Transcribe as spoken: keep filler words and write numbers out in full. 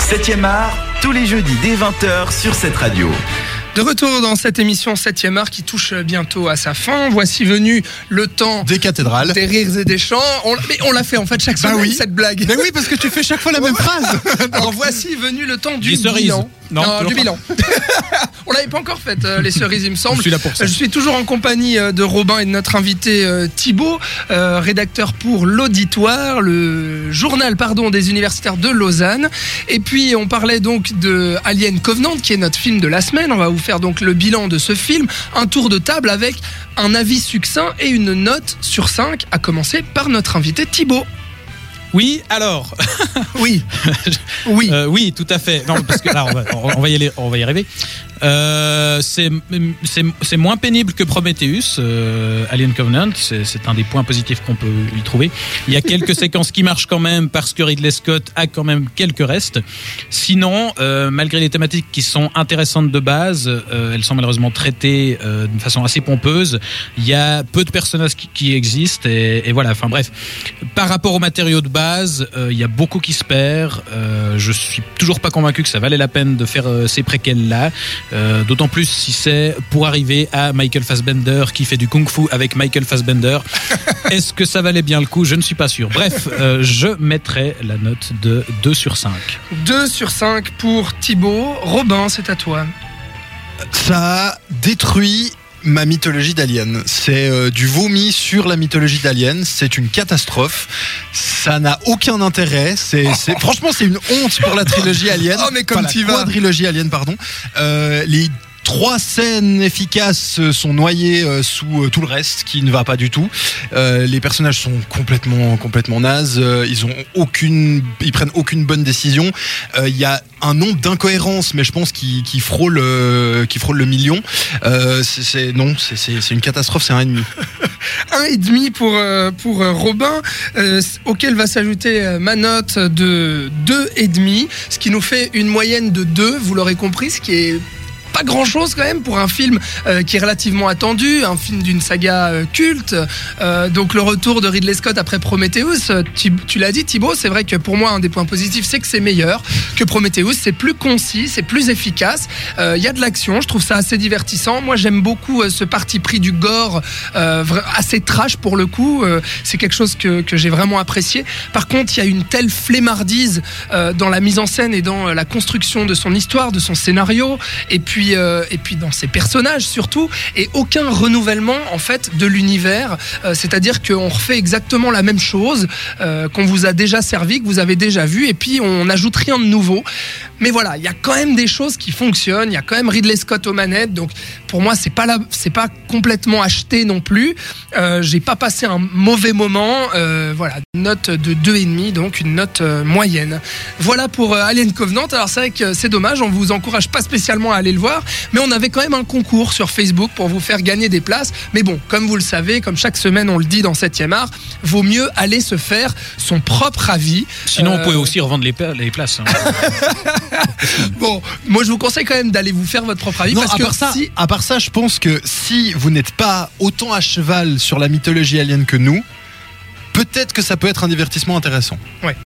septième art, tous les jeudis dès vingt heures sur cette radio. De retour dans cette émission septième art qui touche bientôt à sa fin. Voici venu le temps des cathédrales, des rires et des chants. On, mais on l'a fait en fait chaque semaine, bah oui. cette blague. Mais oui, parce que tu fais chaque fois la même phrase. Alors voici venu le temps du les cerises. bilan. Non, non du bilan. On l'avait pas encore fait, euh, les cerises, il me semble. Je suis là pour ça. Je suis toujours en compagnie euh, de Robin et de notre invité euh, Thibaut, euh, rédacteur pour l'Auditoire, le journal pardon des universitaires de Lausanne. Et puis on parlait donc de Alien Covenant, qui est notre film de la semaine. On va vous faire donc le bilan de ce film, un tour de table avec un avis succinct et une note sur cinq, à commencer par notre invité Thibaut. Oui, alors. Oui. Oui. Euh, oui, tout à fait. Non, parce que là, on va, on va y aller, on va y arriver. Euh, c'est, c'est, c'est moins pénible que Prometheus, euh, Alien Covenant. C'est, c'est un des points positifs qu'on peut y trouver. Il y a quelques séquences qui marchent quand même parce que Ridley Scott a quand même quelques restes. Sinon, euh, malgré les thématiques qui sont intéressantes de base, euh, elles sont malheureusement traitées euh, de façon assez pompeuse. Il y a peu de personnages qui, qui existent et, et voilà. Enfin bref, par rapport aux matériaux de base, il euh, y a beaucoup qui se perd. Euh, je suis toujours pas convaincu que ça valait la peine de faire euh, ces préquels là. Euh, d'autant plus si c'est pour arriver à Michael Fassbender qui fait du kung-fu avec Michael Fassbender. Est-ce que ça valait bien le coup ? Je ne suis pas sûr. Bref, euh, je mettrai la note de deux sur cinq. deux sur cinq pour Thibaut. Robin, c'est à toi. Ça a détruit ma mythologie d'Alien. C'est euh, du vomi sur la mythologie d'Alien. C'est une catastrophe. Ça n'a aucun intérêt. C'est, c'est... Franchement, c'est une honte pour la trilogie Alien. Oh, mais comme enfin, tu la vas. quadrilogie Alien, pardon. Euh, les Trois scènes efficaces sont noyées sous tout le reste qui ne va pas du tout. Euh, les personnages sont complètement, complètement nazes. Ils ont aucune, ils prennent aucune bonne décision. Il euh, y a un nombre d'incohérences, mais je pense qui, qui frôle, euh, qui frôle le million. Euh, c'est, c'est non, c'est, c'est, c'est une catastrophe. C'est un et demi. Un et demi pour euh, pour euh, Robin, euh, auquel va s'ajouter euh, ma note de deux et demi, ce qui nous fait une moyenne de deux. Vous l'aurez compris, ce qui est pas grand chose quand même pour un film euh, qui est relativement attendu, un film d'une saga euh, culte. Euh, donc le retour de Ridley Scott après Prometheus, tu, tu l'as dit Thibaut, c'est vrai que pour moi un des points positifs c'est que c'est meilleur que Prometheus, c'est plus concis, c'est plus efficace, il euh, y a de l'action, je trouve ça assez divertissant. Moi j'aime beaucoup euh, ce parti pris du gore, euh, assez trash pour le coup, euh, c'est quelque chose que, que j'ai vraiment apprécié. Par contre il y a une telle flemmardise euh, dans la mise en scène et dans euh, la construction de son histoire, de son scénario, et puis Euh, et puis dans ses personnages surtout, et aucun renouvellement en fait de l'univers, euh, c'est-à-dire qu'on refait exactement la même chose euh, qu'on vous a déjà servi, que vous avez déjà vu, et puis on n'ajoute rien de nouveau. Mais voilà, il y a quand même des choses qui fonctionnent, il y a quand même Ridley Scott aux manettes, donc pour moi c'est pas la, c'est pas complètement acheté non plus. Euh, j'ai pas passé un mauvais moment, euh, voilà, note de deux virgule cinq, donc une note euh, moyenne. Voilà pour euh, Alien Covenant. Alors c'est vrai que c'est dommage, on vous encourage pas spécialement à aller le voir, mais on avait quand même un concours sur Facebook pour vous faire gagner des places. Mais bon, comme vous le savez, comme chaque semaine on le dit dans septième art, vaut mieux aller se faire son propre avis. Sinon, euh... on pouvait aussi revendre les, les places. Hein. Bon, moi je vous conseille quand même d'aller vous faire votre propre avis. Non, parce à que part ça, si... à part ça, je pense que si vous n'êtes pas autant à cheval sur la mythologie alien que nous, peut-être que ça peut être un divertissement intéressant. Ouais.